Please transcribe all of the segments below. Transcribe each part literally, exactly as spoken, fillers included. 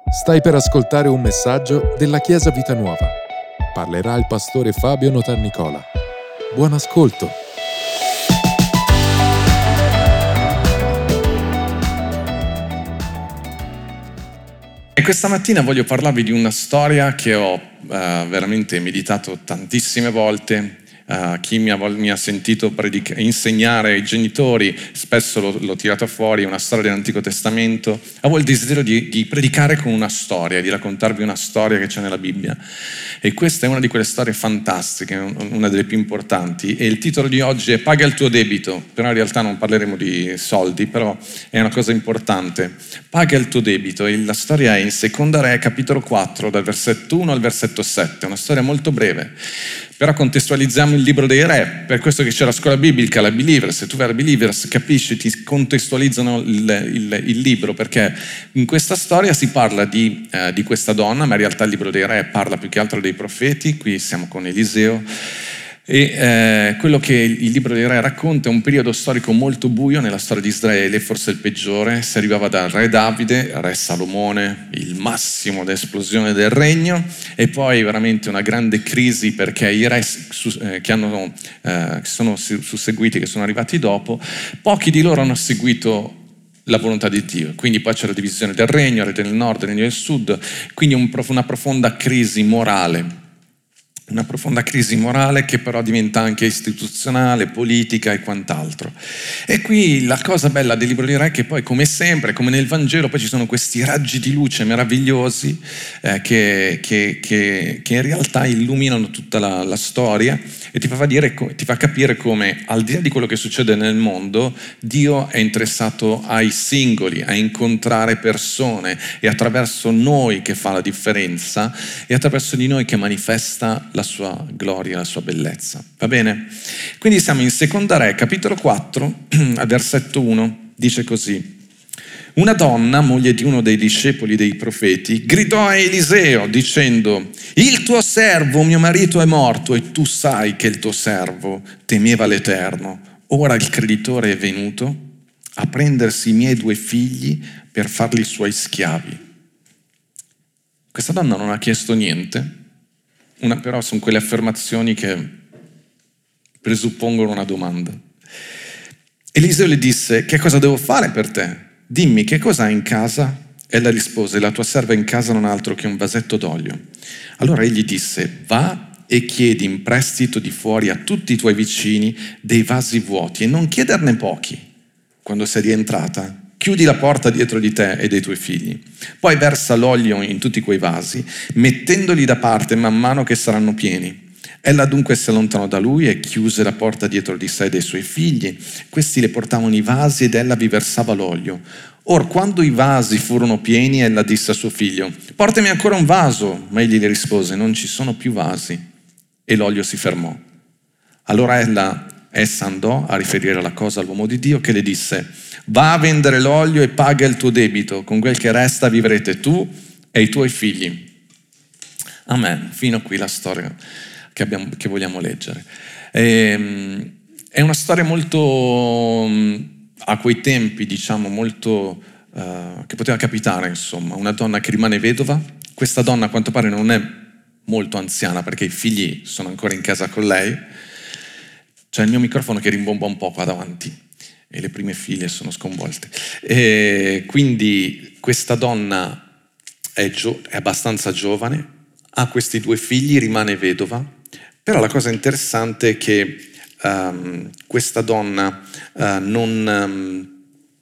Stai per ascoltare un messaggio della Chiesa Vita Nuova. Parlerà il pastore Fabio Notarnicola. Buon ascolto. E questa mattina voglio parlarvi di una storia che ho uh, veramente meditato tantissime volte. Uh, chi mi ha, mi ha sentito predica- insegnare ai genitori spesso l'ho, l'ho tirata fuori, è una storia dell'Antico Testamento. Avevo il desiderio di, di predicare con una storia, di raccontarvi una storia che c'è nella Bibbia, e questa è una di quelle storie fantastiche, una delle più importanti, e il titolo di oggi è Paga il tuo debito. Però in realtà non parleremo di soldi, però è una cosa importante. Paga il tuo debito, e la storia è in Seconda Re capitolo quattro, dal versetto uno al versetto sette, una storia molto breve. Però contestualizziamo il libro dei re, per questo che c'è la scuola biblica, la Believers. Se tu vai alla Believers capisci, ti contestualizzano il, il, il libro, perché in questa storia si parla di, eh, di questa donna, ma in realtà il libro dei re parla più che altro dei profeti. Qui siamo con Eliseo. E eh, quello che il libro dei re racconta è un periodo storico molto buio nella storia di Israele, forse il peggiore. Si arrivava dal re Davide, re Salomone, il massimo d'esplosione del regno, e poi veramente una grande crisi, perché i re su, eh, che hanno, eh, sono susseguiti, che sono arrivati dopo, pochi di loro hanno seguito la volontà di Dio. Quindi poi c'è la divisione del regno, il regno del nord, il regno del sud, quindi un, una profonda crisi morale. Una profonda crisi morale che però diventa anche istituzionale, politica e quant'altro. E qui la cosa bella del libro dei re è che poi, come sempre, come nel Vangelo, poi ci sono questi raggi di luce meravigliosi eh, che, che, che, che in realtà illuminano tutta la, la storia, e ti fa, dire, ti fa capire come, al di là di quello che succede nel mondo, Dio è interessato ai singoli, a incontrare persone, e attraverso noi che fa la differenza, e attraverso di noi che manifesta la sua gloria, la sua bellezza. Va bene? Quindi siamo in Seconda Re, capitolo quattro, al versetto uno, dice così: una donna, moglie di uno dei discepoli dei profeti, gridò a Eliseo dicendo: il tuo servo, mio marito, è morto, e tu sai che il tuo servo temeva l'Eterno. Ora il creditore è venuto a prendersi i miei due figli per farli suoi schiavi. Questa donna non ha chiesto niente. Una, però sono quelle affermazioni che presuppongono una domanda. Eliseo le disse: che cosa devo fare per te? Dimmi, che cosa hai in casa? Ella rispose: la tua serva in casa non ha altro che un vasetto d'olio. Allora egli disse: va e chiedi in prestito di fuori a tutti i tuoi vicini dei vasi vuoti, e non chiederne pochi. Quando sei rientrata, chiudi la porta dietro di te e dei tuoi figli. Poi versa l'olio in tutti quei vasi, mettendoli da parte man mano che saranno pieni. Ella dunque si allontanò da lui e chiuse la porta dietro di sé e dei suoi figli. Questi le portavano i vasi ed ella vi versava l'olio. Or, quando i vasi furono pieni, ella disse a suo figlio: portami ancora un vaso. Ma egli le rispose: non ci sono più vasi. E l'olio si fermò. Allora ella Essa andò a riferire la cosa all'uomo di Dio, che le disse: va a vendere l'olio e paga il tuo debito, con quel che resta vivrete tu e i tuoi figli. Amen. Fino a qui la storia che, abbiamo, che vogliamo leggere. E, è una storia molto, a quei tempi, diciamo, molto, uh, che poteva capitare, insomma. Una donna che rimane vedova. Questa donna, a quanto pare, non è molto anziana, perché i figli sono ancora in casa con lei. C'è il mio microfono che rimbomba un po' qua davanti e le prime file sono sconvolte. E quindi questa donna è, gio- è abbastanza giovane, ha questi due figli, rimane vedova, però la cosa interessante è che um, questa donna uh, non, um,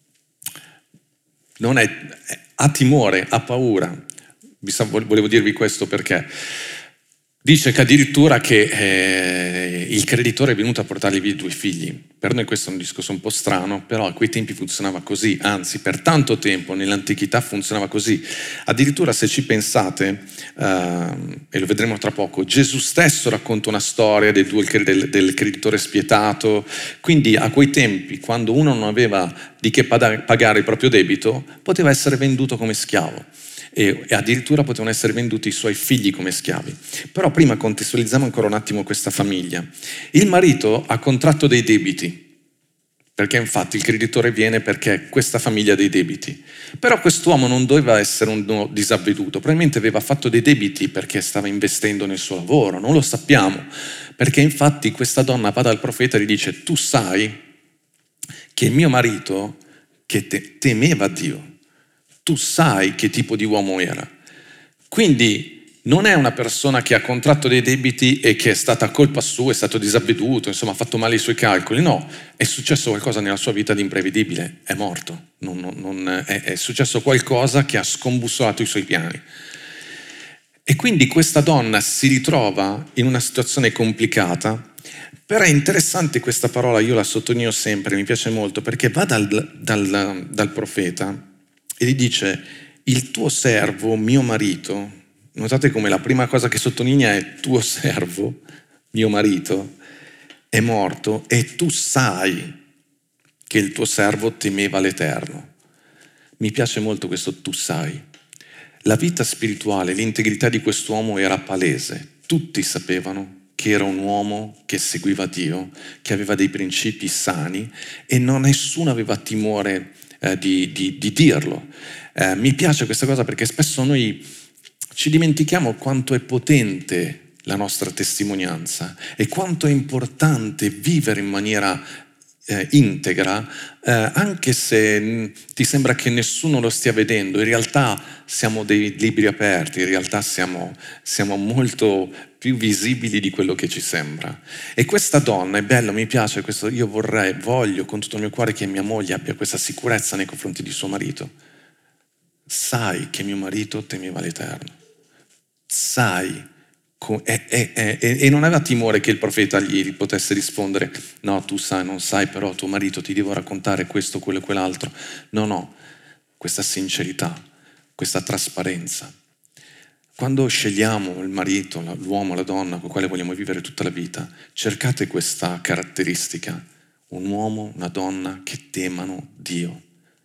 non è, ha timore, ha paura. Volevo dirvi questo perché dice che addirittura che eh, il creditore è venuto a portargli via i due figli. Per noi questo è un discorso un po' strano, però a quei tempi funzionava così, anzi per tanto tempo nell'antichità funzionava così. Addirittura, se ci pensate, eh, e lo vedremo tra poco, Gesù stesso racconta una storia del, del, del creditore spietato. Quindi a quei tempi, quando uno non aveva di che pagare il proprio debito, poteva essere venduto come schiavo. E addirittura potevano essere venduti i suoi figli come schiavi. Però prima contestualizziamo ancora un attimo questa famiglia. Il marito ha contratto dei debiti, perché infatti il creditore viene perché questa famiglia ha dei debiti. Però quest'uomo non doveva essere un disavveduto, probabilmente aveva fatto dei debiti perché stava investendo nel suo lavoro, non lo sappiamo, perché infatti questa donna va dal profeta e gli dice: tu sai che mio marito, che te- temeva Dio, tu sai che tipo di uomo era. Quindi non è una persona che ha contratto dei debiti e che è stata colpa sua, è stato disavveduto, insomma ha fatto male i suoi calcoli. No, è successo qualcosa nella sua vita di imprevedibile, è morto, non, non, non, è, è successo qualcosa che ha scombussolato i suoi piani. E quindi questa donna si ritrova in una situazione complicata, però è interessante questa parola, io la sottolineo sempre, mi piace molto, perché va dal, dal, dal profeta e gli dice: il tuo servo, mio marito. Notate come la prima cosa che sottolinea è: tuo servo, mio marito, è morto e tu sai che il tuo servo temeva l'Eterno. Mi piace molto questo tu sai. La vita spirituale, l'integrità di quest'uomo era palese. Tutti sapevano che era un uomo che seguiva Dio, che aveva dei principi sani e non nessuno aveva timore eh, di, di, di dirlo. Eh, mi piace questa cosa perché spesso noi ci dimentichiamo quanto è potente la nostra testimonianza e quanto è importante vivere in maniera eh, integra, eh, anche se mh, ti sembra che nessuno lo stia vedendo. In realtà siamo dei libri aperti, in realtà siamo, siamo molto più visibili di quello che ci sembra. E questa donna, è bello, mi piace, questo, io vorrei, voglio con tutto il mio cuore che mia moglie abbia questa sicurezza nei confronti di suo marito. Sai che mio marito temeva l'Eterno. Sai, e, e, e, e non aveva timore che il profeta gli potesse rispondere: no, tu sai, non sai, però tuo marito ti devo raccontare questo, quello e quell'altro. No, no, questa sincerità, questa trasparenza. Quando scegliamo il marito, l'uomo, la donna con il quale vogliamo vivere tutta la vita, cercate questa caratteristica: un uomo, una donna che temano Dio.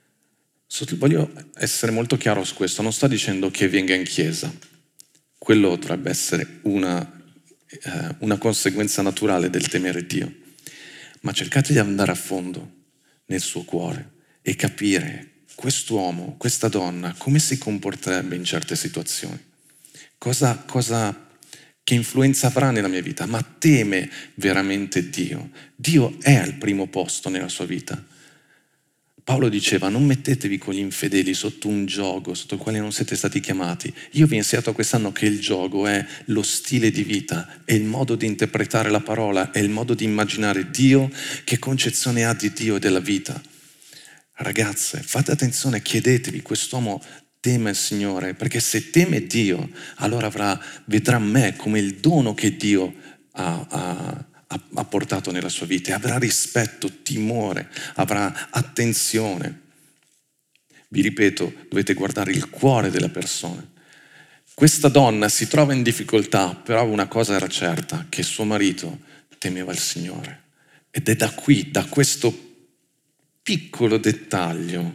Voglio essere molto chiaro su questo, non sto dicendo che venga in chiesa. Quello dovrebbe essere una, eh, una conseguenza naturale del temere Dio. Ma cercate di andare a fondo nel suo cuore e capire quest'uomo, questa donna, come si comporterebbe in certe situazioni. Cosa, cosa, che influenza avrà nella mia vita? Ma teme veramente Dio? Dio è al primo posto nella sua vita. Paolo diceva: non mettetevi con gli infedeli sotto un giogo sotto il quale non siete stati chiamati. Io vi ho insegnato quest'anno che il giogo è lo stile di vita, è il modo di interpretare la parola, è il modo di immaginare Dio, che concezione ha di Dio e della vita. Ragazze, fate attenzione, chiedetevi: quest'uomo teme il Signore? Perché se teme Dio, allora avrà, vedrà me come il dono che Dio ha, ha ha portato nella sua vita, e avrà rispetto, timore, avrà attenzione. Vi ripeto, dovete guardare il cuore della persona. Questa donna si trova in difficoltà, però una cosa era certa, che suo marito temeva il Signore. Ed è da qui, da questo piccolo dettaglio.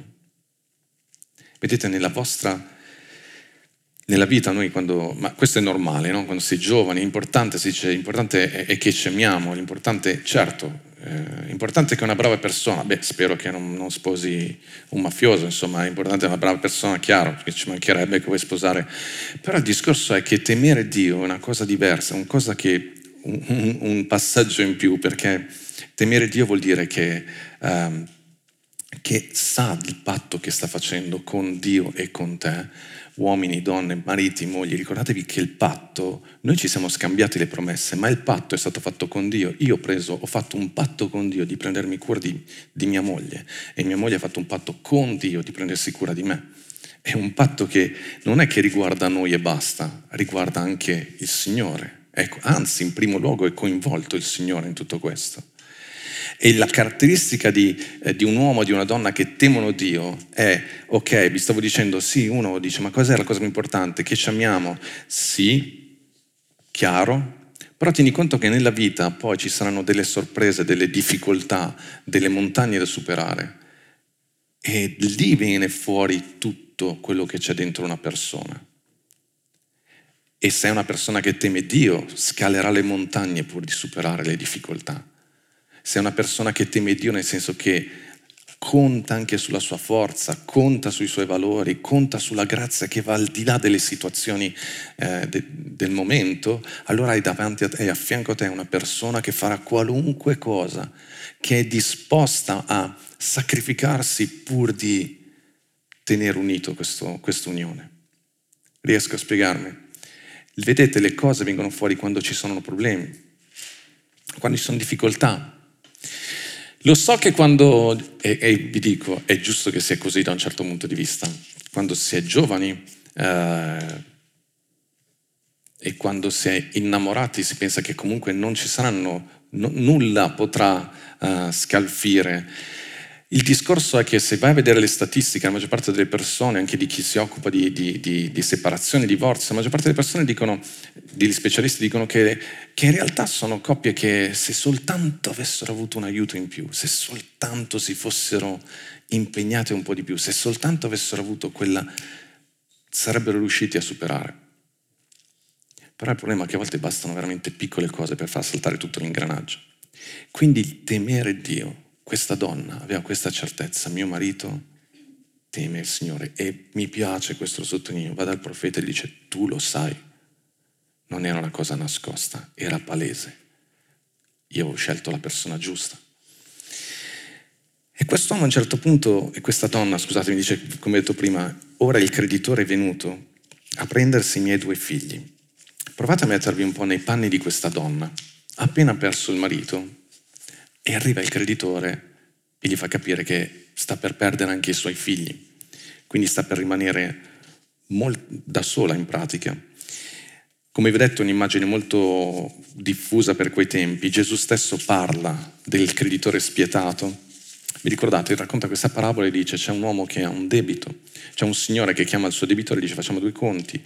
Vedete, nella vostra Nella vita noi quando, ma questo è normale, no? Quando sei giovane, l'importante, si dice, l'importante è, è che ci amiamo, l'importante, certo, eh, l'importante è che una brava persona, beh, spero che non, non sposi un mafioso, insomma, l'importante è una brava persona, chiaro, perché ci mancherebbe che vuoi sposare, però il discorso è che temere Dio è una cosa diversa, una cosa che, un, un, un passaggio in più, perché temere Dio vuol dire che, um, che sa il patto che sta facendo con Dio e con te. Uomini, donne, mariti, mogli, ricordatevi che il patto, noi ci siamo scambiati le promesse, ma il patto è stato fatto con Dio. Io ho preso, ho fatto un patto con Dio di prendermi cura di, di mia moglie, e mia moglie ha fatto un patto con Dio di prendersi cura di me. È un patto che non è che riguarda noi e basta, riguarda anche il Signore. Ecco, anzi, in primo luogo è coinvolto il Signore in tutto questo. E la caratteristica di, eh, di un uomo, di una donna che temono Dio è: ok, vi stavo dicendo, sì, uno dice, ma cos'è la cosa più importante? Che ci amiamo? Sì, chiaro, però tieni conto che nella vita poi ci saranno delle sorprese, delle difficoltà, delle montagne da superare, e lì viene fuori tutto quello che c'è dentro una persona. E se è una persona che teme Dio, scalerà le montagne pur di superare le difficoltà. sei una persona che teme Dio nel senso che conta anche sulla sua forza, conta sui suoi valori, conta sulla grazia che va al di là delle situazioni eh, de- del momento, allora hai davanti a te, hai a fianco a te una persona che farà qualunque cosa, che è disposta a sacrificarsi pur di tenere unito questo, questa unione. Riesco a spiegarmi? Vedete, le cose vengono fuori quando ci sono problemi, quando ci sono difficoltà. Lo so che quando, e, e vi dico, è giusto che sia così da un certo punto di vista, quando si è giovani eh, e quando si è innamorati si pensa che comunque non ci saranno, no, nulla potrà uh, scalfire. Il discorso è che se vai a vedere le statistiche, la maggior parte delle persone, anche di chi si occupa di, di, di, di separazione, divorzio, la maggior parte delle persone dicono, degli specialisti dicono che, che in realtà sono coppie che se soltanto avessero avuto un aiuto in più, se soltanto si fossero impegnate un po' di più, se soltanto avessero avuto quella, sarebbero riusciti a superare. Però il problema è che a volte bastano veramente piccole cose per far saltare tutto l'ingranaggio. Quindi il temere Dio. Questa donna aveva questa certezza, mio marito teme il Signore e mi piace questo sottolineo, va dal profeta e gli dice tu lo sai, non era una cosa nascosta, era palese, io ho scelto la persona giusta. E quest'uomo a un certo punto, e questa donna, scusate, mi dice, come detto prima, ora il creditore è venuto a prendersi i miei due figli. Provate a mettervi un po' nei panni di questa donna, ha appena perso il marito, e arriva il creditore e gli fa capire che sta per perdere anche i suoi figli, quindi sta per rimanere molt- da sola in pratica. Come vi ho detto, è un'immagine molto diffusa per quei tempi. Gesù stesso parla del creditore spietato. Vi ricordate, racconta questa parabola e dice c'è un uomo che ha un debito, c'è un signore che chiama il suo debitore e dice facciamo due conti.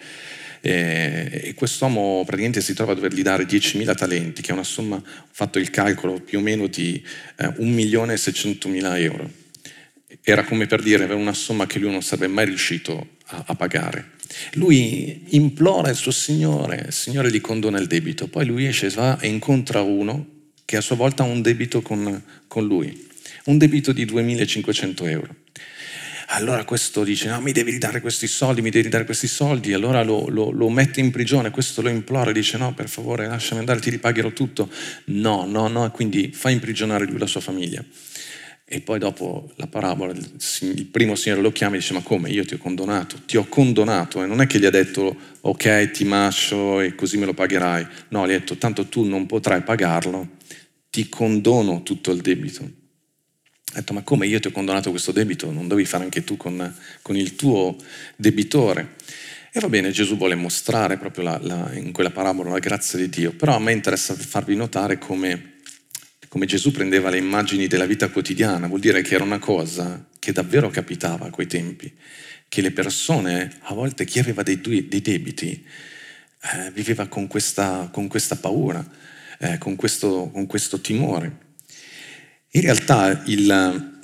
E quest'uomo praticamente si trova a dovergli dare diecimila talenti, che è una somma, ho fatto il calcolo più o meno di eh, un milione e seicentomila euro. Era come per dire, aveva una somma che lui non sarebbe mai riuscito a, a pagare. Lui implora il suo Signore, il Signore gli condona il debito, poi lui esce, va e incontra uno che a sua volta ha un debito con, con lui, un debito di duemilacinquecento euro. Allora questo dice, no, mi devi dare questi soldi, mi devi dare questi soldi, allora lo, lo, lo mette in prigione, questo lo implora, dice no, per favore lasciami andare, ti ripagherò tutto. No, no, no, quindi fa imprigionare lui e la sua famiglia. E poi dopo la parabola, il primo signore lo chiama e dice, ma come, io ti ho condonato, ti ho condonato, e non è che gli ha detto, ok, ti mascio e così me lo pagherai. No, gli ha detto, tanto tu non potrai pagarlo, ti condono tutto il debito. Ha detto, ma come, io ti ho condonato questo debito, non devi fare anche tu con, con il tuo debitore? E va bene, Gesù vuole mostrare proprio la, la, in quella parabola la grazia di Dio, però a me interessa farvi notare come, come Gesù prendeva le immagini della vita quotidiana, vuol dire che era una cosa che davvero capitava a quei tempi, che le persone, a volte chi aveva dei, dei debiti, eh, viveva con questa, con questa paura, eh, con, questo, con questo timore. In realtà il,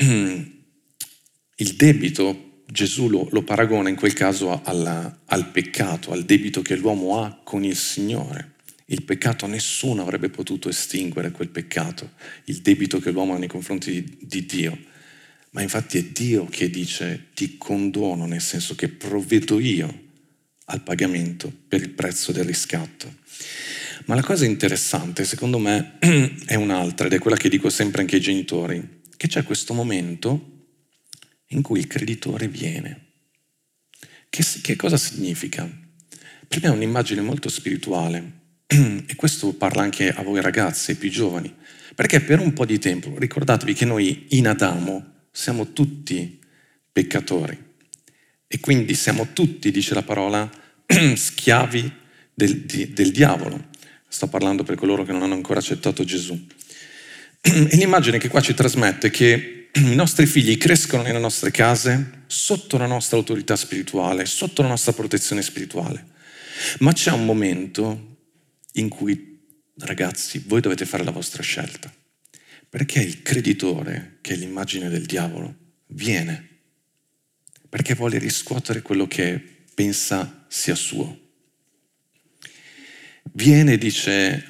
il debito, Gesù lo, lo paragona in quel caso al, al peccato, al debito che l'uomo ha con il Signore. Il peccato, nessuno avrebbe potuto estinguere quel peccato, il debito che l'uomo ha nei confronti di, di Dio. Ma infatti è Dio che dice ti condono, nel senso che provvedo io al pagamento per il prezzo del riscatto. Ma la cosa interessante, secondo me, è un'altra, ed è quella che dico sempre anche ai genitori, che c'è questo momento in cui il creditore viene. Che, che cosa significa? Per me è un'immagine molto spirituale, e questo parla anche a voi ragazzi, ai più giovani, perché per un po' di tempo, ricordatevi che noi in Adamo siamo tutti peccatori, e quindi siamo tutti, dice la parola, schiavi del, di, del diavolo. Sto parlando per coloro che non hanno ancora accettato Gesù. E l'immagine che qua ci trasmette è che i nostri figli crescono nelle nostre case sotto la nostra autorità spirituale, sotto la nostra protezione spirituale. Ma c'è un momento in cui, ragazzi, voi dovete fare la vostra scelta. Perché il creditore, che è l'immagine del diavolo, viene. Perché vuole riscuotere quello che pensa sia suo. Viene e dice,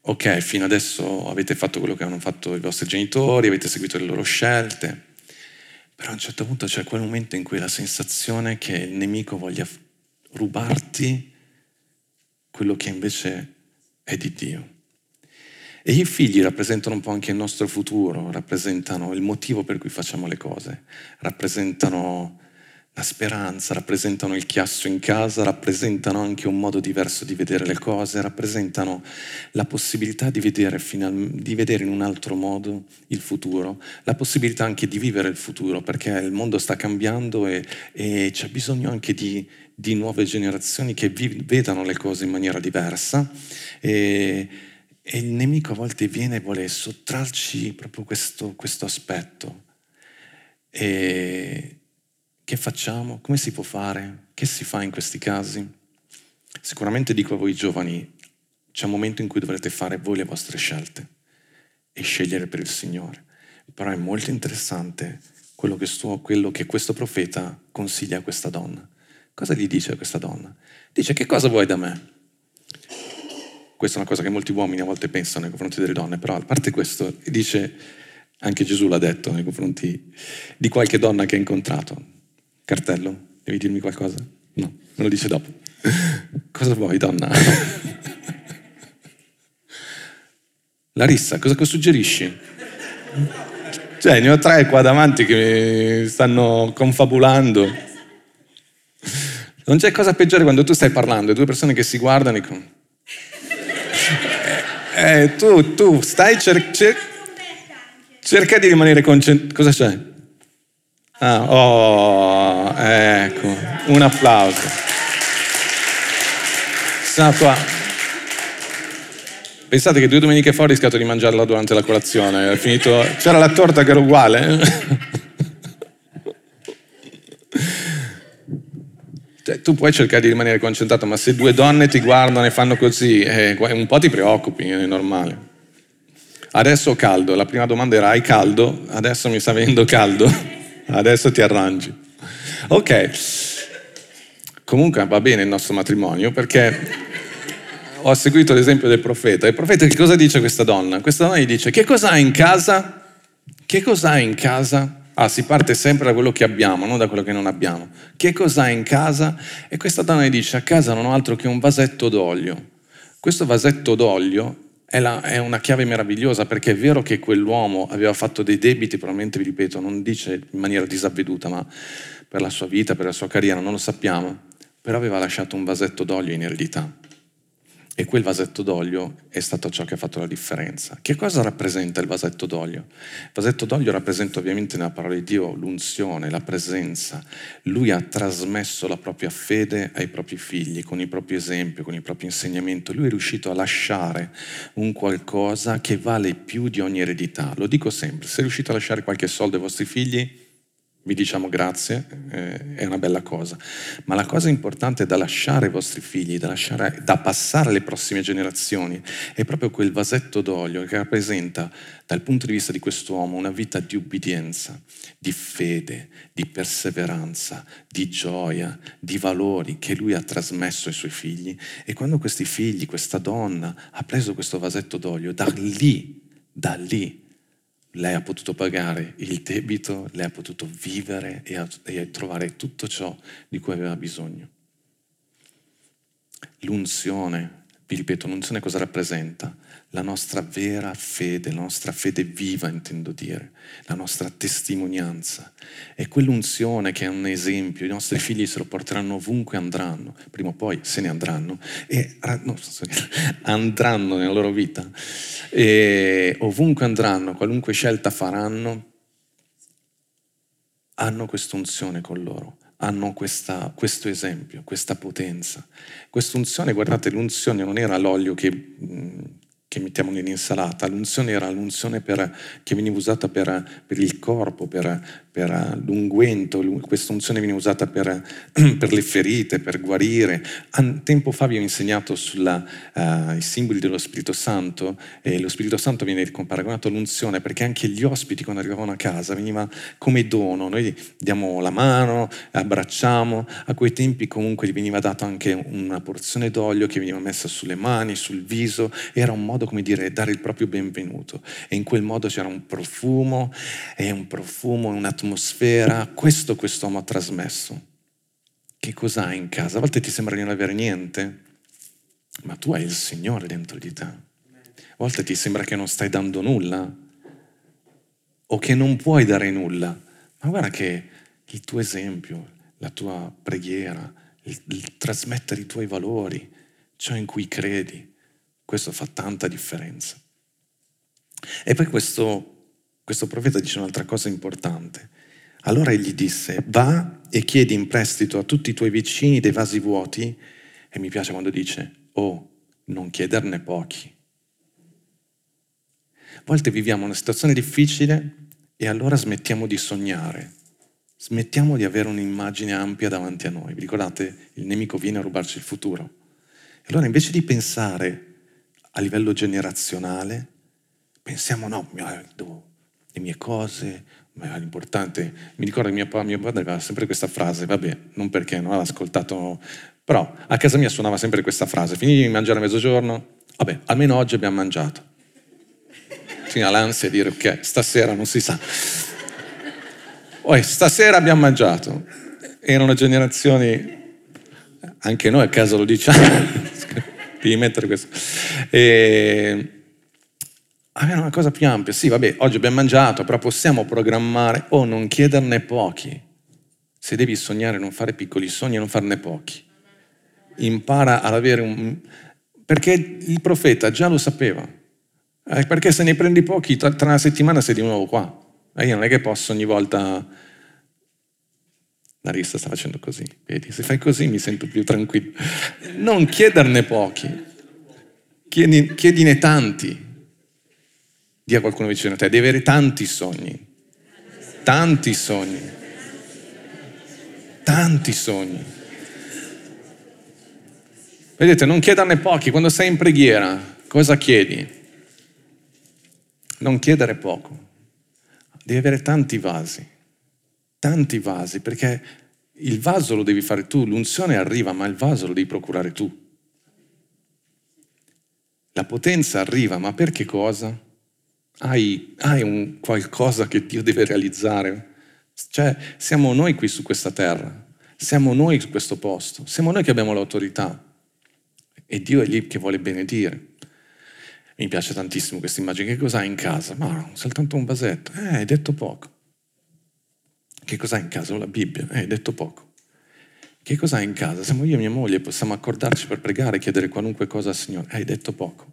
ok, fino adesso avete fatto quello che hanno fatto i vostri genitori, avete seguito le loro scelte, però a un certo punto c'è quel momento in cui la sensazione che il nemico voglia rubarti quello che invece è di Dio. E i figli rappresentano un po' anche il nostro futuro, rappresentano il motivo per cui facciamo le cose, rappresentano la speranza, rappresentano il chiasso in casa, rappresentano anche un modo diverso di vedere le cose, rappresentano la possibilità di vedere, final, di vedere in un altro modo il futuro, la possibilità anche di vivere il futuro, perché il mondo sta cambiando e, e c'è bisogno anche di, di nuove generazioni che vi, vedano le cose in maniera diversa. E, E il nemico a volte viene e vuole sottrarci proprio questo, questo aspetto. E che facciamo? Come si può fare? Che si fa in questi casi? Sicuramente dico a voi giovani, c'è un momento in cui dovrete fare voi le vostre scelte e scegliere per il Signore. Però è molto interessante quello che, sto, quello che questo profeta consiglia a questa donna. Cosa gli dice a questa donna? Dice, che cosa vuoi da me? Questa è una cosa che molti uomini a volte pensano nei confronti delle donne, però a parte questo, dice, anche Gesù l'ha detto nei confronti di qualche donna che ha incontrato. Cartello, devi dirmi qualcosa? No, me lo dice dopo. Cosa vuoi, donna? Larissa, cosa suggerisci? Cioè, ne ho tre qua davanti che mi stanno confabulando. Non c'è cosa peggiore quando tu stai parlando e due persone che si guardano e dicono... Eh, tu, tu, stai cer- cer- cerca di rimanere concentrato. Cosa c'è? Ah, oh, ecco, un applauso. Sta qua. Pensate che due domeniche fa ho rischiato di mangiarla durante la colazione. È finito... C'era la torta che era uguale. Cioè, tu puoi cercare di rimanere concentrato, ma se due donne ti guardano e fanno così, eh, un po' ti preoccupi, è normale. Adesso ho caldo, la prima domanda era hai caldo? Adesso mi sta venendo caldo, adesso ti arrangi. Ok, comunque va bene il nostro matrimonio perché ho seguito l'esempio del profeta. Il profeta che cosa dice a questa donna? Questa donna gli dice, che cosa hai in casa? Che cosa hai in casa? Ah, si parte sempre da quello che abbiamo, non da quello che non abbiamo. Che cosa hai in casa? E questa donna gli dice, a casa non ho altro che un vasetto d'olio. Questo vasetto d'olio è, la, è una chiave meravigliosa, perché è vero che quell'uomo aveva fatto dei debiti, probabilmente, vi ripeto, non dice in maniera disavveduta, ma per la sua vita, per la sua carriera, non lo sappiamo, però aveva lasciato un vasetto d'olio in eredità. E quel vasetto d'olio è stato ciò che ha fatto la differenza. Che cosa rappresenta il vasetto d'olio? Il vasetto d'olio rappresenta ovviamente nella parola di Dio l'unzione, la presenza. Lui ha trasmesso la propria fede ai propri figli, con il proprio esempio, con il proprio insegnamento. Lui è riuscito a lasciare un qualcosa che vale più di ogni eredità. Lo dico sempre, se riuscite a lasciare qualche soldo ai vostri figli, vi diciamo grazie, eh, è una bella cosa. Ma la cosa importante da lasciare ai vostri figli, da, lasciare, da passare alle prossime generazioni, è proprio quel vasetto d'olio che rappresenta, dal punto di vista di quest'uomo, una vita di ubbidienza, di fede, di perseveranza, di gioia, di valori che lui ha trasmesso ai suoi figli. E quando questi figli, questa donna, ha preso questo vasetto d'olio, da lì, da lì, lei ha potuto pagare il debito, lei ha potuto vivere e, a, e trovare tutto ciò di cui aveva bisogno. L'unzione, vi ripeto, l'unzione cosa rappresenta? La nostra vera fede, la nostra fede viva, intendo dire, la nostra testimonianza. È quell'unzione che è un esempio, i nostri figli se lo porteranno ovunque andranno, prima o poi se ne andranno, e no, andranno nella loro vita, e ovunque andranno, qualunque scelta faranno, hanno quest'unzione con loro. Hanno questa, questo esempio, questa potenza. Quest'unzione, guardate, l'unzione non era l'olio che, che mettiamo nell'insalata, l'unzione era l'unzione per, che veniva usata per, per il corpo, per, per l'unguento, questa unzione viene usata per, per le ferite, per guarire. Un tempo fa vi ho insegnato sui uh, simboli dello Spirito Santo, e lo Spirito Santo viene paragonato all'unzione perché anche gli ospiti quando arrivavano a casa veniva come dono, noi diamo la mano, abbracciamo, a quei tempi comunque gli veniva dato anche una porzione d'olio che veniva messa sulle mani, sul viso, era un modo come dire dare il proprio benvenuto, e in quel modo c'era un profumo, e un profumo, un'atmosfera. Questo quest'uomo ha trasmesso. Che cos'hai in casa? A volte ti sembra di non avere niente, ma tu hai il Signore dentro di te. A volte ti sembra che non stai dando nulla o che non puoi dare nulla, ma guarda che il tuo esempio, la tua preghiera, il, il trasmettere i tuoi valori, ciò in cui credi, questo fa tanta differenza. E poi questo Questo profeta dice un'altra cosa importante. Allora egli disse: va e chiedi in prestito a tutti i tuoi vicini dei vasi vuoti, e mi piace quando dice: oh, non chiederne pochi. A volte viviamo una situazione difficile e allora smettiamo di sognare, smettiamo di avere un'immagine ampia davanti a noi. Vi ricordate? Il nemico viene a rubarci il futuro. E allora invece di pensare a livello generazionale, pensiamo no, devo le mie cose, ma l'importante. Mi ricordo che mio, mio padre aveva sempre questa frase, vabbè, non perché non aveva ascoltato, però a casa mia suonava sempre questa frase: finì di mangiare a mezzogiorno, vabbè, almeno oggi abbiamo mangiato. Fino all'ansia di dire ok, stasera non si sa. Poi stasera abbiamo mangiato. Erano generazioni, anche noi a casa lo diciamo, devi mettere questo. E avere una cosa più ampia. Sì, vabbè, oggi abbiamo mangiato, però possiamo programmare o non chiederne pochi. Se devi sognare, non fare piccoli sogni, non farne pochi. Impara ad avere un... Perché il profeta già lo sapeva. Eh, perché se ne prendi pochi, tra, tra una settimana sei di nuovo qua. E io non è che posso ogni volta... Larissa sta facendo così, vedi? Se fai così mi sento più tranquillo. Non chiederne pochi. Chiedi, chiedine tanti. Dì a qualcuno vicino a te, devi avere tanti sogni, tanti sogni, tanti sogni. Vedete, non chiederne pochi. Quando sei in preghiera, cosa chiedi? Non chiedere poco. Devi avere tanti vasi, tanti vasi, perché il vaso lo devi fare tu, l'unzione arriva, ma il vaso lo devi procurare tu. La potenza arriva, ma per che cosa? Hai, hai un qualcosa che Dio deve realizzare. Cioè, siamo noi qui su questa terra, siamo noi su questo posto, siamo noi che abbiamo l'autorità e Dio è lì che vuole benedire. Mi piace tantissimo questa immagine. Che cos'hai in casa? Ma soltanto un vasetto. Eh, hai detto poco. Che cos'hai in casa? Ho la Bibbia. Eh, hai detto poco. Che cos'hai in casa? Siamo io e mia moglie, possiamo accordarci per pregare, chiedere qualunque cosa al Signore. Eh, hai detto poco.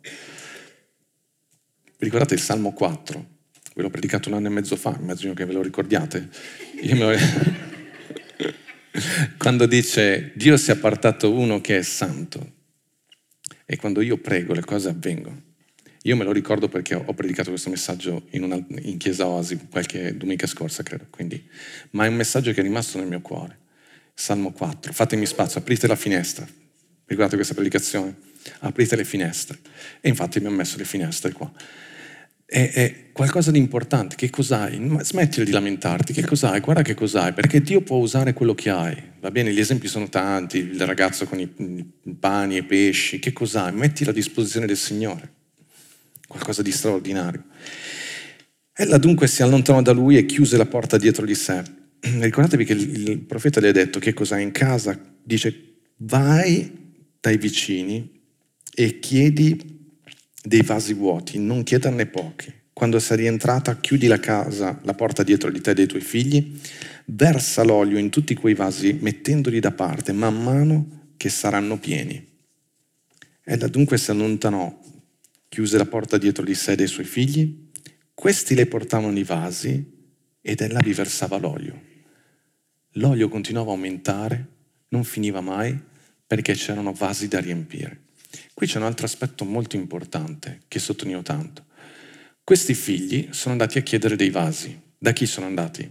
Vi ricordate il Salmo quattro? Ve l'ho predicato un anno e mezzo fa, immagino che ve lo ricordiate. Io me lo... Quando dice Dio si è appartato uno che è santo, e quando io prego le cose avvengono. Io me lo ricordo perché ho predicato questo messaggio in, una, in chiesa Oasi qualche domenica scorsa, credo, quindi, ma è un messaggio che è rimasto nel mio cuore. Salmo quattro, fatemi spazio, aprite la finestra. Ricordate questa predicazione? Aprite le finestre. E infatti abbiamo messo le finestre qua. È, è qualcosa di importante. Che cos'hai? Smettila di lamentarti. Che cos'hai? Guarda che cos'hai, perché Dio può usare quello che hai. Va bene, gli esempi sono tanti, il ragazzo con i pani e pesci. Che cos'hai? Mettila a disposizione del Signore. Qualcosa di straordinario. Ella dunque si allontanò da lui e chiuse la porta dietro di sé. Ricordatevi che il, il profeta le ha detto che cos'hai in casa. Dice: vai dai vicini e chiedi dei vasi vuoti, non chiederne pochi. Quando sei rientrata, chiudi la casa, la porta dietro di te e dei tuoi figli, versa l'olio in tutti quei vasi, mettendoli da parte, man mano che saranno pieni. Ella dunque si allontanò, chiuse la porta dietro di sé e dei suoi figli, questi le portavano i vasi ed ella vi versava l'olio. L'olio continuava a aumentare, non finiva mai, perché c'erano vasi da riempire. Qui c'è un altro aspetto molto importante che sottolineo tanto. Questi figli sono andati a chiedere dei vasi. Da chi sono andati?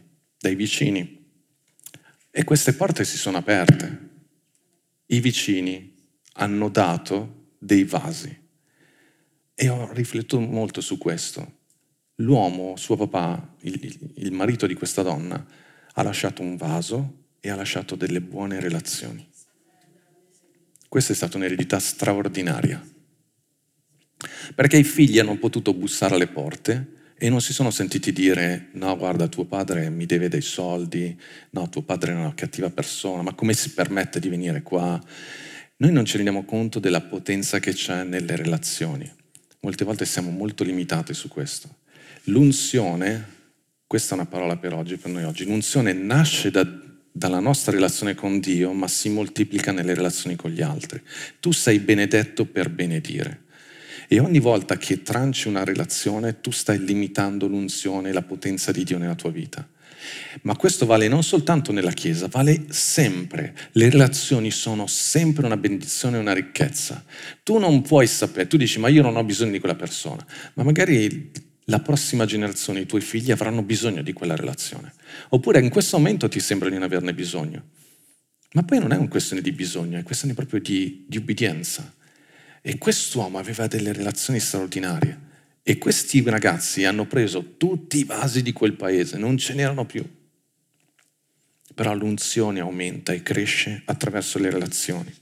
dai vicini. E queste porte si sono aperte. I vicini hanno dato dei vasi. E ho riflettuto molto su questo. L'uomo, suo papà, il, il marito di questa donna, ha lasciato un vaso e ha lasciato delle buone relazioni. Questa è stata un'eredità straordinaria. Perché i figli hanno potuto bussare alle porte e non si sono sentiti dire no, guarda, tuo padre mi deve dei soldi, no, tuo padre è una cattiva persona, ma come si permette di venire qua? Noi non ci rendiamo conto della potenza che c'è nelle relazioni. Molte volte siamo molto limitati su questo. L'unzione, questa è una parola per oggi, per noi oggi, l'unzione nasce da, dalla nostra relazione con Dio, ma si moltiplica nelle relazioni con gli altri. Tu sei benedetto per benedire. E ogni volta che tranci una relazione, tu stai limitando l'unzione e la potenza di Dio nella tua vita. Ma questo vale non soltanto nella Chiesa, vale sempre. Le relazioni sono sempre una benedizione e una ricchezza. Tu non puoi sapere, tu dici ma io non ho bisogno di quella persona, ma magari la prossima generazione, i tuoi figli avranno bisogno di quella relazione. Oppure in questo momento ti sembra di non averne bisogno. Ma poi non è una questione di bisogno, è questione proprio di, di ubbidienza. E quest'uomo aveva delle relazioni straordinarie. E questi ragazzi hanno preso tutti i vasi di quel paese, non ce n'erano più. Però l'unzione aumenta e cresce attraverso le relazioni.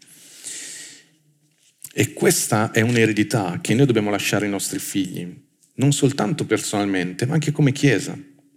E questa è un'eredità che noi dobbiamo lasciare ai nostri figli, non soltanto personalmente, ma anche come Chiesa.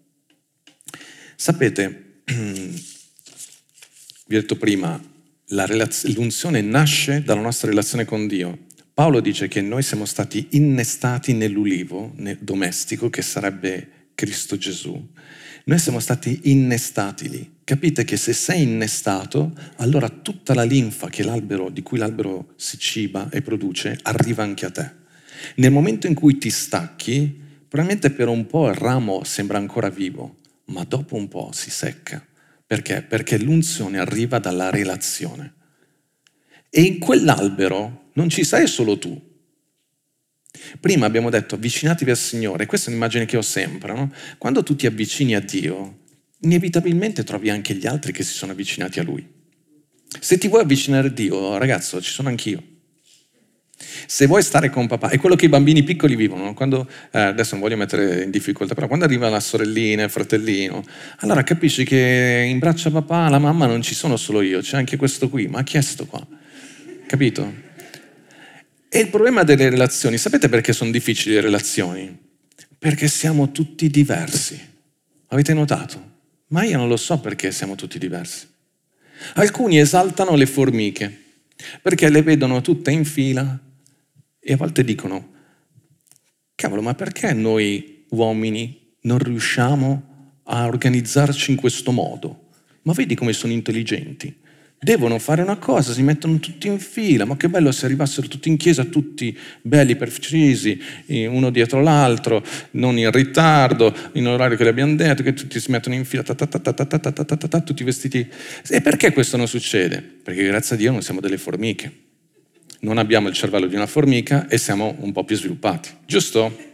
Sapete, vi ho detto prima, la relaz- l'unzione nasce dalla nostra relazione con Dio. Paolo dice che noi siamo stati innestati nell'ulivo nel domestico, che sarebbe Cristo Gesù. Noi siamo stati innestati lì. Capite che se sei innestato, allora tutta la linfa che l'albero, di cui l'albero si ciba e produce, arriva anche a te. Nel momento in cui ti stacchi, probabilmente per un po' il ramo sembra ancora vivo, ma dopo un po' si secca. Perché? Perché l'unzione arriva dalla relazione. E in quell'albero non ci sei solo tu. Prima abbiamo detto avvicinatevi al Signore, questa è un'immagine che ho sempre, no? Quando tu ti avvicini a Dio, inevitabilmente trovi anche gli altri che si sono avvicinati a Lui. Se ti vuoi avvicinare a Dio, ragazzo, ci sono anch'io. Se vuoi stare con papà, è quello che i bambini piccoli vivono, quando, eh, adesso non voglio mettere in difficoltà, però quando arriva la sorellina, il fratellino, allora capisci che in braccio a papà, la mamma non ci sono solo io, c'è anche questo qui, ma chi è sto qua? Capito? E il problema delle relazioni, sapete perché sono difficili le relazioni? Perché siamo tutti diversi. Avete notato? Ma io non lo so perché siamo tutti diversi. Alcuni esaltano le formiche, perché le vedono tutte in fila e a volte dicono, cavolo, ma perché noi uomini non riusciamo a organizzarci in questo modo? Ma vedi come sono intelligenti? Devono fare una cosa, si mettono tutti in fila, ma che bello se arrivassero tutti in chiesa, tutti belli, precisi, uno dietro l'altro, non in ritardo, in orario che le abbiamo detto, che tutti si mettono in fila, ta ta ta ta ta ta ta ta ta ta, tutti vestiti. E perché questo non succede? Perché grazie a Dio non siamo delle formiche. Non abbiamo il cervello di una formica e siamo un po' più sviluppati, giusto?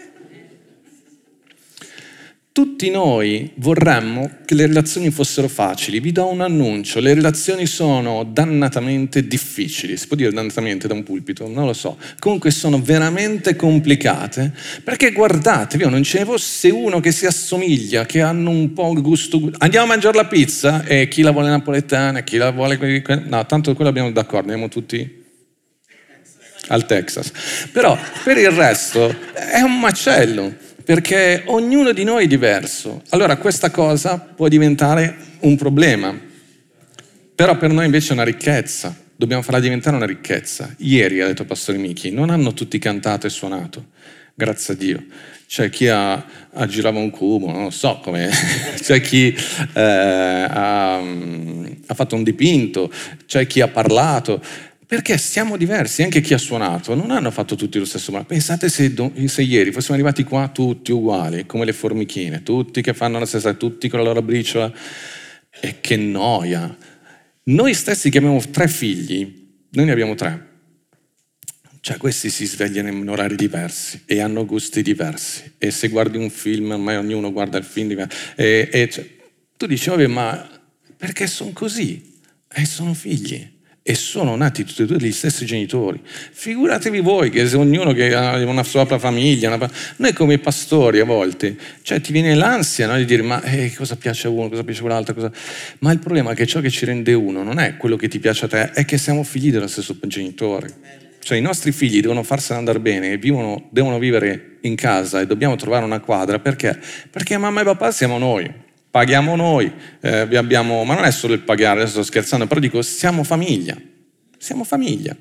Tutti noi vorremmo che le relazioni fossero facili. Vi do un annuncio, le relazioni sono dannatamente difficili. Si può dire dannatamente da un pulpito? Non lo so. Comunque sono veramente complicate, perché guardatevi, non ce ne fosse uno che si assomiglia, che hanno un po' il gusto... Andiamo a mangiare la pizza? E chi la vuole napoletana, chi la vuole... No, tanto quello abbiamo d'accordo, andiamo tutti al Texas. Però per il resto è un macello. Perché ognuno di noi è diverso. Allora questa cosa può diventare un problema, però per noi invece è una ricchezza. Dobbiamo farla diventare una ricchezza. Ieri, ha detto Pastore Michi, non hanno tutti cantato e suonato, grazie a Dio. C'è chi ha, ha girato un cubo, non so come, c'è chi eh, ha, ha fatto un dipinto, c'è chi ha parlato. Perché siamo diversi, anche chi ha suonato, non hanno fatto tutti lo stesso modo. Pensate se, se ieri fossimo arrivati qua tutti uguali, come le formichine, tutti che fanno la stessa, tutti con la loro briciola. E che noia. Noi stessi che abbiamo tre figli, noi ne abbiamo tre. Cioè questi si svegliano in orari diversi e hanno gusti diversi. E se guardi un film, ormai ognuno guarda il film diverso. E, e cioè, Tu dici, vabbè, ma perché sono così? E sono figli. E sono nati tutti e due dagli stessi genitori. Figuratevi voi che se ognuno che ha una sua famiglia, una... noi come pastori a volte, cioè ti viene l'ansia, no, di dire ma eh, cosa piace a uno, cosa piace a quell'altro, cosa... ma il problema è che ciò che ci rende uno non è quello che ti piace a te, è che siamo figli dello stesso genitore. Cioè i nostri figli devono farsene andare bene e vivono, devono vivere in casa e dobbiamo trovare una quadra, perché? Perché mamma e papà siamo noi. Paghiamo noi, eh, vi abbiamo, ma non è solo il pagare, adesso sto scherzando, però dico, siamo famiglia, siamo famiglia.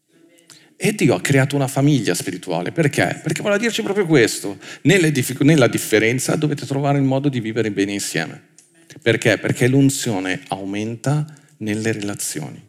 E Dio ha creato una famiglia spirituale, perché? Perché vuole dirci proprio questo, nelle diffic- nella differenza dovete trovare il modo di vivere bene insieme. Perché? Perché l'unzione aumenta nelle relazioni.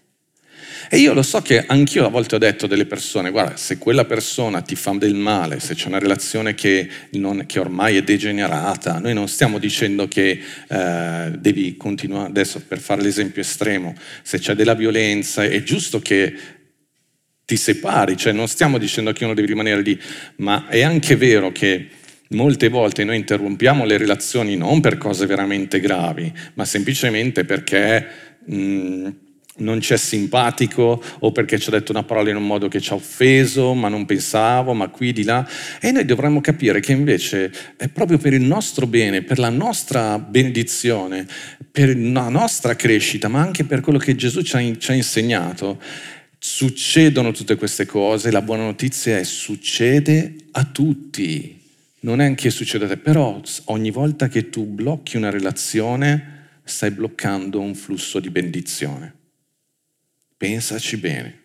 E io lo so che anch'io a volte ho detto delle persone, guarda, se quella persona ti fa del male, se c'è una relazione che, non, che ormai è degenerata, noi non stiamo dicendo che eh, devi continuare, adesso per fare l'esempio estremo, se c'è della violenza è giusto che ti separi, cioè non stiamo dicendo che uno deve rimanere lì, ma è anche vero che molte volte noi interrompiamo le relazioni non per cose veramente gravi, ma semplicemente perché... Mh, non c'è simpatico o perché ci ha detto una parola in un modo che ci ha offeso, ma non pensavo, ma qui di là. E noi dovremmo capire che invece è proprio per il nostro bene, per la nostra benedizione, per la nostra crescita, ma anche per quello che Gesù ci ha, ci ha insegnato, succedono tutte queste cose. La buona notizia è succede a tutti, non è che succede a te, però ogni volta che tu blocchi una relazione stai bloccando un flusso di benedizione. Pensaci bene.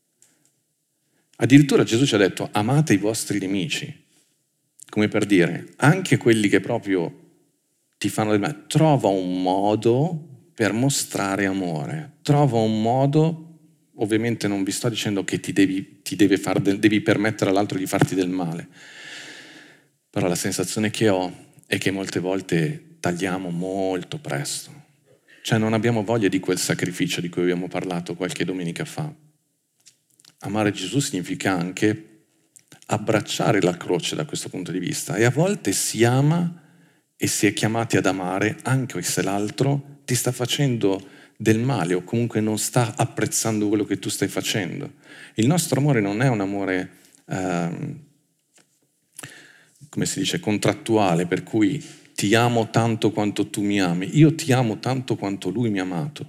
Addirittura Gesù ci ha detto amate i vostri nemici, come per dire, anche quelli che proprio ti fanno del male, trova un modo per mostrare amore, trova un modo, ovviamente non vi sto dicendo che ti devi, ti deve far del, devi permettere all'altro di farti del male, però la sensazione che ho è che molte volte tagliamo molto presto. Cioè non abbiamo voglia di quel sacrificio di cui abbiamo parlato qualche domenica fa. Amare Gesù significa anche abbracciare la croce da questo punto di vista. E a volte si ama e si è chiamati ad amare anche se l'altro ti sta facendo del male o comunque non sta apprezzando quello che tu stai facendo. Il nostro amore non è un amore, eh, come si dice, contrattuale, per cui ti amo tanto quanto tu mi ami, io ti amo tanto quanto lui mi ha amato.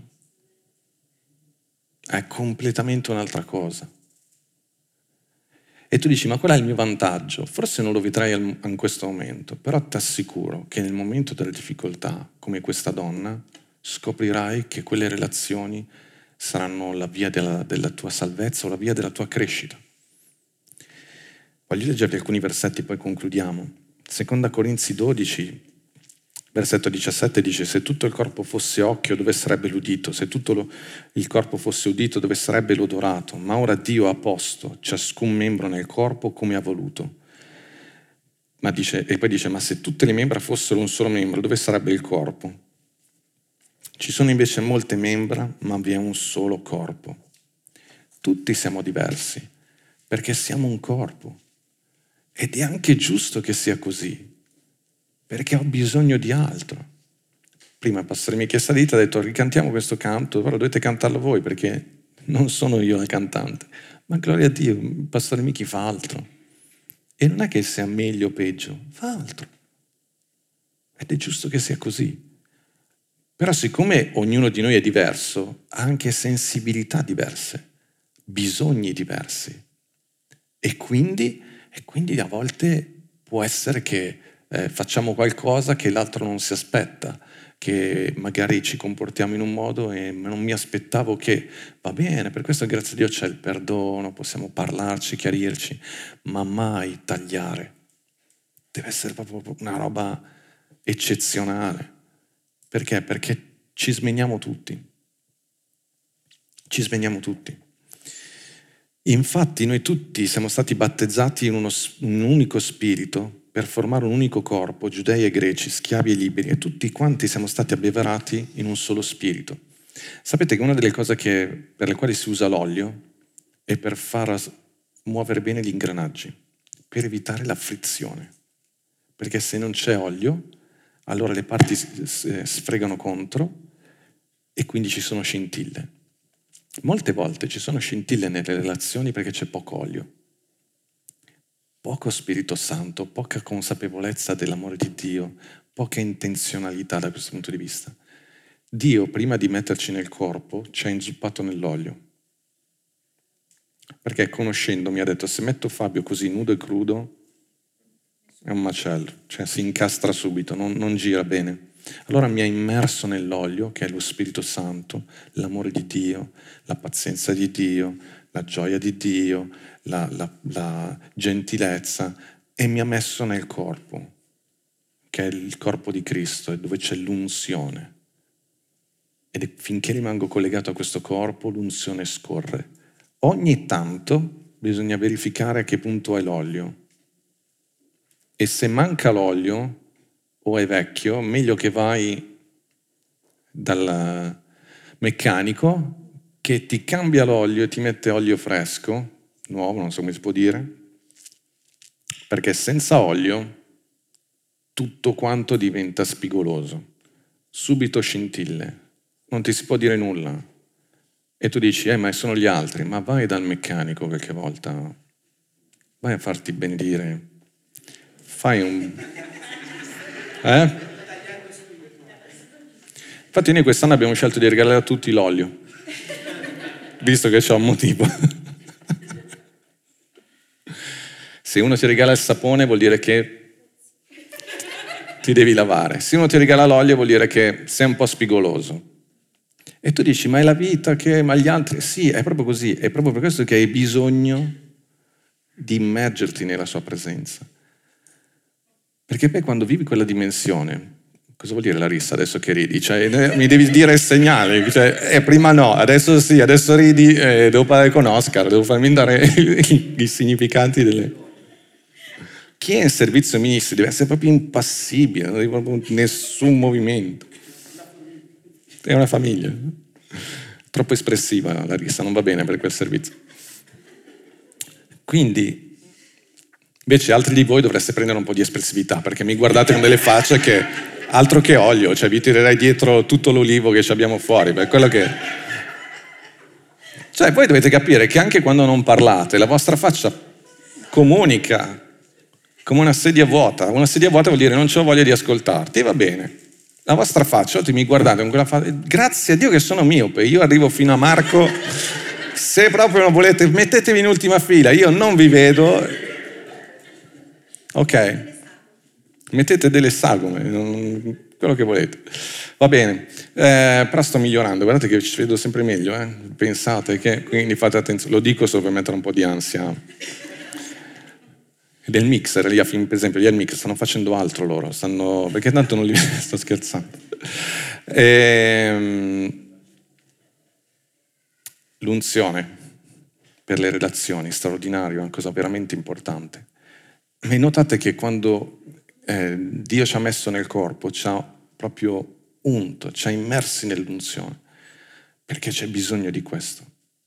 È completamente un'altra cosa. E tu dici, ma qual è il mio vantaggio? Forse non lo vedrai in questo momento, però ti assicuro che nel momento delle difficoltà, come questa donna, scoprirai che quelle relazioni saranno la via della, della tua salvezza o la via della tua crescita. Voglio leggervi alcuni versetti, poi concludiamo. Seconda Corinzi dodici, versetto diciassette dice, se tutto il corpo fosse occhio, dove sarebbe l'udito? Se tutto lo, il corpo fosse udito, dove sarebbe l'odorato? Ma ora Dio ha posto ciascun membro nel corpo come ha voluto. Ma dice, e poi dice, ma se tutte le membra fossero un solo membro, dove sarebbe il corpo? Ci sono invece molte membra, ma vi è un solo corpo. Tutti siamo diversi, perché siamo un corpo. Ed è anche giusto che sia così, perché ho bisogno di altro. Prima il pastore Michi Salita ha detto ricantiamo questo canto, però dovete cantarlo voi perché non sono io il cantante. Ma gloria a Dio, il pastore Michi fa altro. E non è che sia meglio o peggio, fa altro. Ed è giusto che sia così. Però siccome ognuno di noi è diverso, ha anche sensibilità diverse, bisogni diversi. E quindi, e quindi a volte può essere che eh, facciamo qualcosa che l'altro non si aspetta, che magari ci comportiamo in un modo e non mi aspettavo che, va bene, per questo grazie a Dio c'è il perdono, possiamo parlarci, chiarirci, ma mai tagliare. Deve essere proprio una roba eccezionale. Perché? Perché ci smeniamo tutti. Ci smeniamo tutti. Infatti noi tutti siamo stati battezzati in uno, un unico spirito per formare un unico corpo, giudei e greci, schiavi e liberi, e tutti quanti siamo stati abbeverati in un solo spirito. Sapete che una delle cose che, per le quali si usa l'olio è per far muovere bene gli ingranaggi, per evitare la frizione. Perché se non c'è olio, allora le parti sfregano contro e quindi ci sono scintille. Molte volte ci sono scintille nelle relazioni perché c'è poco olio, poco Spirito Santo, poca consapevolezza dell'amore di Dio, poca intenzionalità da questo punto di vista. Dio, prima di metterci nel corpo, ci ha inzuppato nell'olio. Perché conoscendomi ha detto, se metto Fabio così nudo e crudo, è un macello, cioè si incastra subito, non, non gira bene. Allora mi ha immerso nell'olio, che è lo Spirito Santo, l'amore di Dio, la pazienza di Dio, la gioia di Dio, la, la, la gentilezza, e mi ha messo nel corpo, che è il corpo di Cristo, dove c'è l'unzione. Ed finché rimango collegato a questo corpo, l'unzione scorre. Ogni tanto bisogna verificare a che punto è l'olio. E se manca l'olio o è vecchio, meglio che vai dal meccanico che ti cambia l'olio e ti mette olio fresco, nuovo, non so come si può dire, perché senza olio tutto quanto diventa spigoloso, subito scintille, non ti si può dire nulla. E tu dici, eh ma sono gli altri, ma vai dal meccanico qualche volta, vai a farti benedire, fai un... Eh? Infatti noi quest'anno abbiamo scelto di regalare a tutti l'olio, visto che c'è un motivo. Se uno ti regala il sapone vuol dire che ti devi lavare, se uno ti regala l'olio vuol dire che sei un po' spigoloso. E tu dici, ma è la vita che... ma gli altri... Sì, è proprio così, è proprio per questo che hai bisogno di immergerti nella sua presenza. Perché poi quando vivi quella dimensione, cosa vuol dire Larissa adesso che ridi? Cioè, mi devi dire il segnale, cioè, eh, prima no, adesso sì, adesso ridi, eh, devo parlare con Oscar, devo farmi dare i, i significati delle... Chi è in servizio ministri deve essere proprio impassibile, non deve proprio nessun movimento. È una famiglia. Troppo espressiva Larissa, non va bene per quel servizio. Quindi, invece altri di voi dovreste prendere un po' di espressività, perché mi guardate con delle facce che altro che olio, cioè vi tirerei dietro tutto l'olivo che ci abbiamo fuori, per quello che... Cioè voi dovete capire che anche quando non parlate, la vostra faccia comunica come una sedia vuota. Una sedia vuota vuol dire non c'ho voglia di ascoltarti, e va bene. La vostra faccia, oggi mi guardate con quella faccia, grazie a Dio che sono miope, io arrivo fino a Marco, se proprio non volete, mettetevi in ultima fila, io non vi vedo, ok, mettete delle sagome, non, quello che volete, va bene, eh, però sto migliorando, guardate che ci vedo sempre meglio, eh? Pensate che, quindi fate attenzione, lo dico solo per mettere un po' di ansia. Del mixer, lì, per esempio, gli al mixer stanno facendo altro loro, stanno, perché tanto non li sto scherzando. Ehm, l'unzione per le relazioni, straordinario, è una cosa veramente importante. E notate che quando eh, Dio ci ha messo nel corpo, ci ha proprio unto, ci ha immersi nell'unzione, perché c'è bisogno di questo.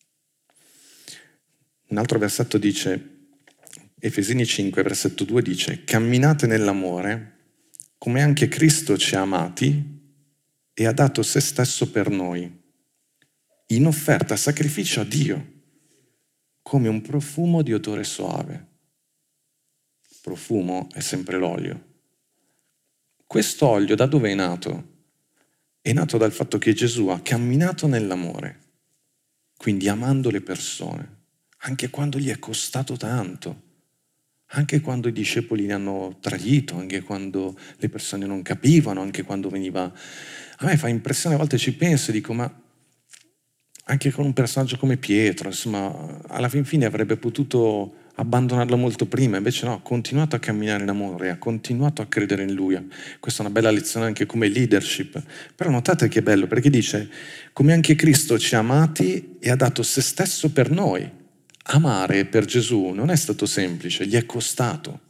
Un altro versetto dice, Efesini cinque, versetto due dice, camminate nell'amore come anche Cristo ci ha amati e ha dato se stesso per noi, in offerta, sacrificio a Dio, come un profumo di odore soave. Profumo è sempre l'olio. Questo olio da dove è nato? È nato dal fatto che Gesù ha camminato nell'amore, quindi amando le persone, anche quando gli è costato tanto. Anche quando i discepoli li hanno tradito, anche quando le persone non capivano, anche quando veniva... A me fa impressione, a volte ci penso e dico, ma anche con un personaggio come Pietro, insomma, alla fin fine avrebbe potuto abbandonarlo molto prima, invece no, ha continuato a camminare in amore, ha continuato a credere in Lui. Questa è una bella lezione anche come leadership. Però notate che è bello, perché dice, come anche Cristo ci ha amati e ha dato se stesso per noi. Amare per Gesù non è stato semplice, gli è costato.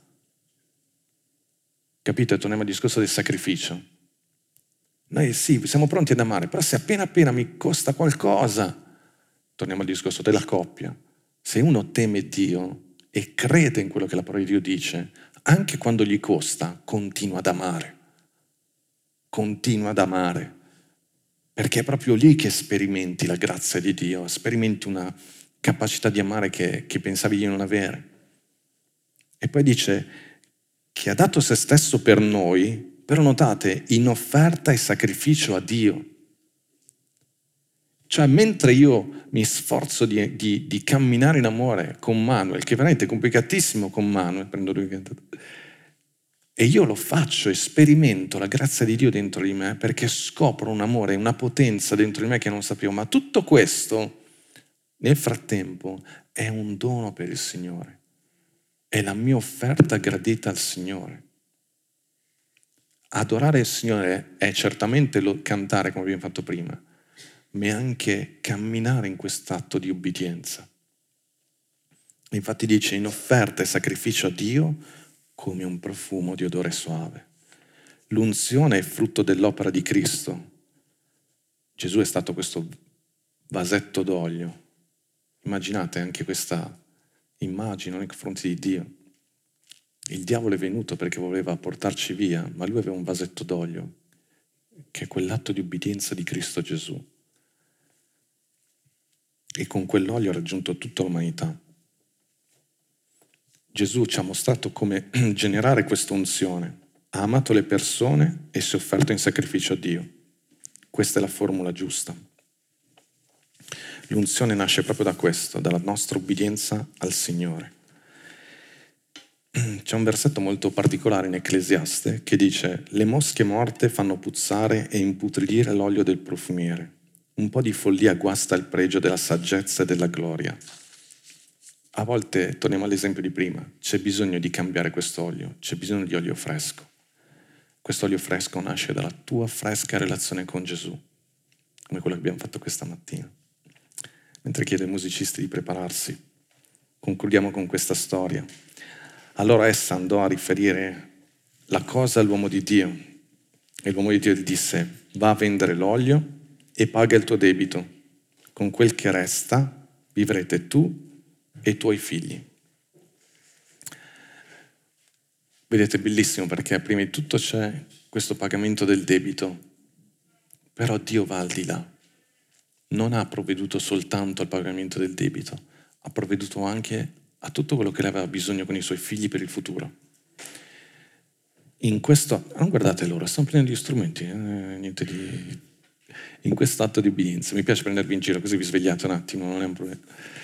Capite? Torniamo al discorso del sacrificio. Noi sì, siamo pronti ad amare, però se appena appena mi costa qualcosa, torniamo al discorso della coppia. Se uno teme Dio e crede in quello che la parola di Dio dice, anche quando gli costa, continua ad amare. continua ad amare, perché è proprio lì che sperimenti la grazia di Dio, sperimenti una capacità di amare che, che pensavi di non avere. E poi dice che ha dato se stesso per noi, però notate, in offerta e sacrificio a Dio. Cioè, mentre io mi sforzo di, di, di camminare in amore con Manuel, che è veramente complicatissimo con Manuel, prendo lui che... e io lo faccio e sperimento la grazia di Dio dentro di me, perché scopro un amore, una potenza dentro di me che non sapevo. Ma tutto questo, nel frattempo, è un dono per il Signore. È la mia offerta gradita al Signore. Adorare il Signore è certamente lo cantare, come abbiamo fatto prima, ma è anche camminare in quest'atto di obbedienza. Infatti dice, in offerta e sacrificio a Dio come un profumo di odore suave. L'unzione è frutto dell'opera di Cristo. Gesù è stato questo vasetto d'olio. Immaginate anche questa immagine nei confronti di Dio. Il diavolo è venuto perché voleva portarci via, ma lui aveva un vasetto d'olio, che è quell'atto di obbedienza di Cristo Gesù. E con quell'olio ha raggiunto tutta l'umanità. Gesù ci ha mostrato come generare questa unzione. Ha amato le persone e si è offerto in sacrificio a Dio. Questa è la formula giusta. L'unzione nasce proprio da questo, dalla nostra obbedienza al Signore. C'è un versetto molto particolare in Ecclesiaste che dice: le mosche morte fanno puzzare e imputridire l'olio del profumiere. Un po' di follia guasta il pregio della saggezza e della gloria. A volte, torniamo all'esempio di prima, c'è bisogno di cambiare quest'olio, c'è bisogno di olio fresco. Quest'olio fresco nasce dalla tua fresca relazione con Gesù, come quello che abbiamo fatto questa mattina. Mentre chiedo ai musicisti di prepararsi, concludiamo con questa storia. Allora essa andò a riferire la cosa all'uomo di Dio, e l'uomo di Dio gli disse: va a vendere l'olio e paga il tuo debito, con quel che resta vivrete tu e i tuoi figli. Vedete, è bellissimo, perché prima di tutto c'è questo pagamento del debito, però Dio va al di là. Non ha provveduto soltanto al pagamento del debito, ha provveduto anche a tutto quello che lei aveva bisogno con i suoi figli per il futuro. In questo, non guardate loro, stanno prendendo gli strumenti, eh, niente di... In questo atto di obbedienza, mi piace prendervi in giro così vi svegliate un attimo, non è un problema.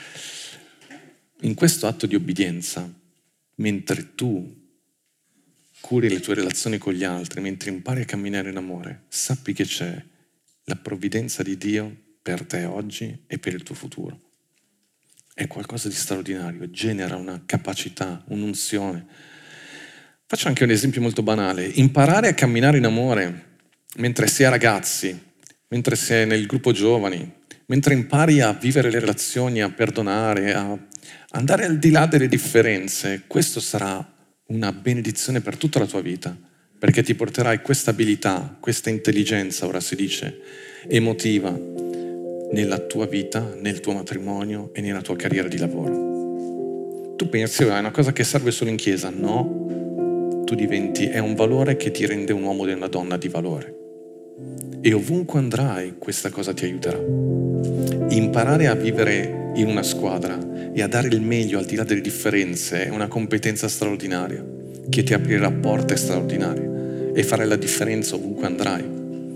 In questo atto di obbedienza, mentre tu curi le tue relazioni con gli altri, mentre impari a camminare in amore, sappi che c'è la provvidenza di Dio per te oggi e per il tuo futuro. È qualcosa di straordinario, genera una capacità, un'unzione. Faccio anche un esempio molto banale. Imparare a camminare in amore mentre si è ragazzi, mentre sei nel gruppo giovani, mentre impari a vivere le relazioni, a perdonare, a andare al di là delle differenze, questo sarà una benedizione per tutta la tua vita, perché ti porterai questa abilità, questa intelligenza, ora si dice, emotiva, nella tua vita, nel tuo matrimonio e nella tua carriera di lavoro. Tu pensi, è una cosa che serve solo in chiesa? No, tu diventi, è un valore che ti rende un uomo e una donna di valore. E ovunque andrai, questa cosa ti aiuterà. Imparare a vivere in una squadra e a dare il meglio al di là delle differenze è una competenza straordinaria che ti aprirà porte straordinarie e fare la differenza ovunque andrai.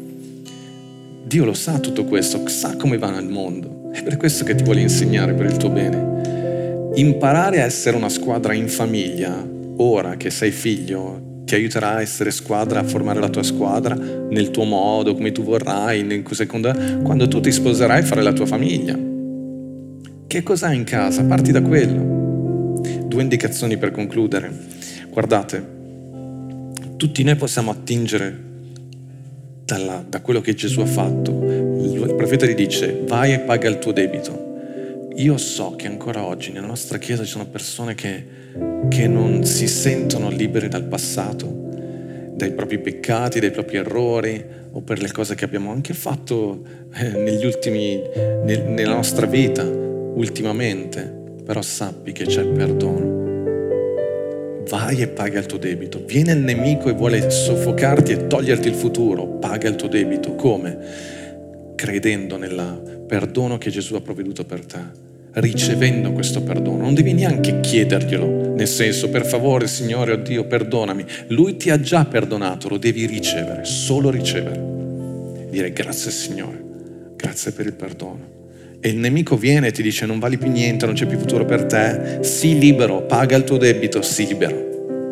Dio lo sa tutto questo, sa come va nel mondo. È per questo che ti vuole insegnare per il tuo bene. Imparare a essere una squadra in famiglia, ora che sei figlio, ti aiuterà a essere squadra, a formare la tua squadra nel tuo modo, come tu vorrai, nel secondo, quando tu ti sposerai fare la tua famiglia. Che cos'hai in casa? Parti da quello. Due indicazioni per concludere. Guardate, tutti noi possiamo attingere dalla, da quello che Gesù ha fatto. Il profeta gli dice: vai e paga il tuo debito. Io so che ancora oggi nella nostra chiesa ci sono persone che che non si sentono liberi dal passato, dai propri peccati, dai propri errori o per le cose che abbiamo anche fatto eh, negli ultimi, nel, nella nostra vita ultimamente. Però sappi che c'è perdono. vai e paga il tuo debito. Viene il nemico e vuole soffocarti e toglierti il futuro, paga il tuo debito. Come? Credendo nel perdono che Gesù ha provveduto per te, ricevendo questo perdono. Non devi neanche chiederglielo, nel senso, per favore Signore, oh Dio, perdonami. Lui ti ha già perdonato, lo devi ricevere, solo ricevere. Dire grazie Signore, grazie per il perdono. E il nemico viene e ti dice non vali più niente, non c'è più futuro per te, sii libero, paga il tuo debito, sii libero.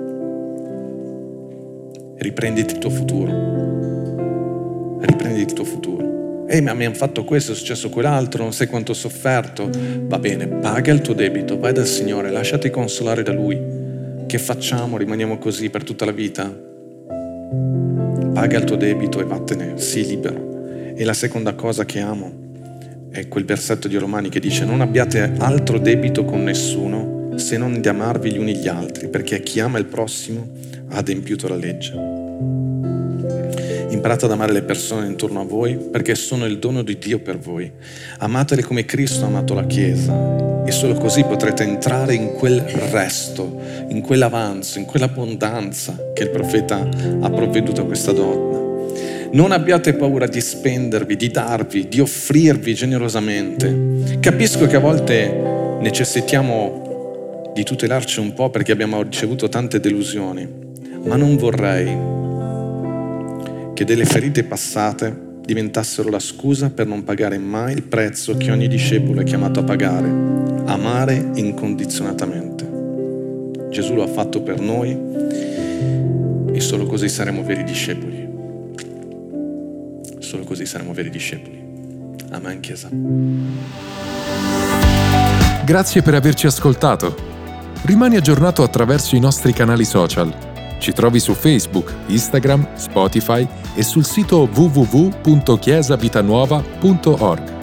Riprenditi il tuo futuro. Riprenditi il tuo futuro. Ehi, ma mi hanno fatto questo, è successo quell'altro, non sai quanto ho sofferto. Va bene, paga il tuo debito, vai dal Signore, lasciati consolare da Lui. Che facciamo? Rimaniamo così per tutta la vita? Paga il tuo debito e vattene, sii libero. E la seconda cosa che amo è quel versetto di Romani che dice non abbiate altro debito con nessuno se non di amarvi gli uni gli altri, perché chi ama il prossimo ha adempiuto la legge. Imparate ad amare le persone intorno a voi perché sono il dono di Dio per voi. Amatele come Cristo ha amato la Chiesa e solo così potrete entrare in quel resto, in quell'avanzo, in quell'abbondanza che il profeta ha provveduto a questa donna. Non abbiate paura di spendervi, di darvi, di offrirvi generosamente. Capisco che a volte necessitiamo di tutelarci un po' perché abbiamo ricevuto tante delusioni, ma non vorrei che delle ferite passate diventassero la scusa per non pagare mai il prezzo che ogni discepolo è chiamato a pagare: amare incondizionatamente. Gesù lo ha fatto per noi e solo così saremo veri discepoli. Solo così saremo veri discepoli. Amen, Chiesa. Grazie per averci ascoltato. Rimani aggiornato attraverso i nostri canali social. Ci trovi su Facebook, Instagram, Spotify e sul sito w w w punto chiesa vitanuova punto org.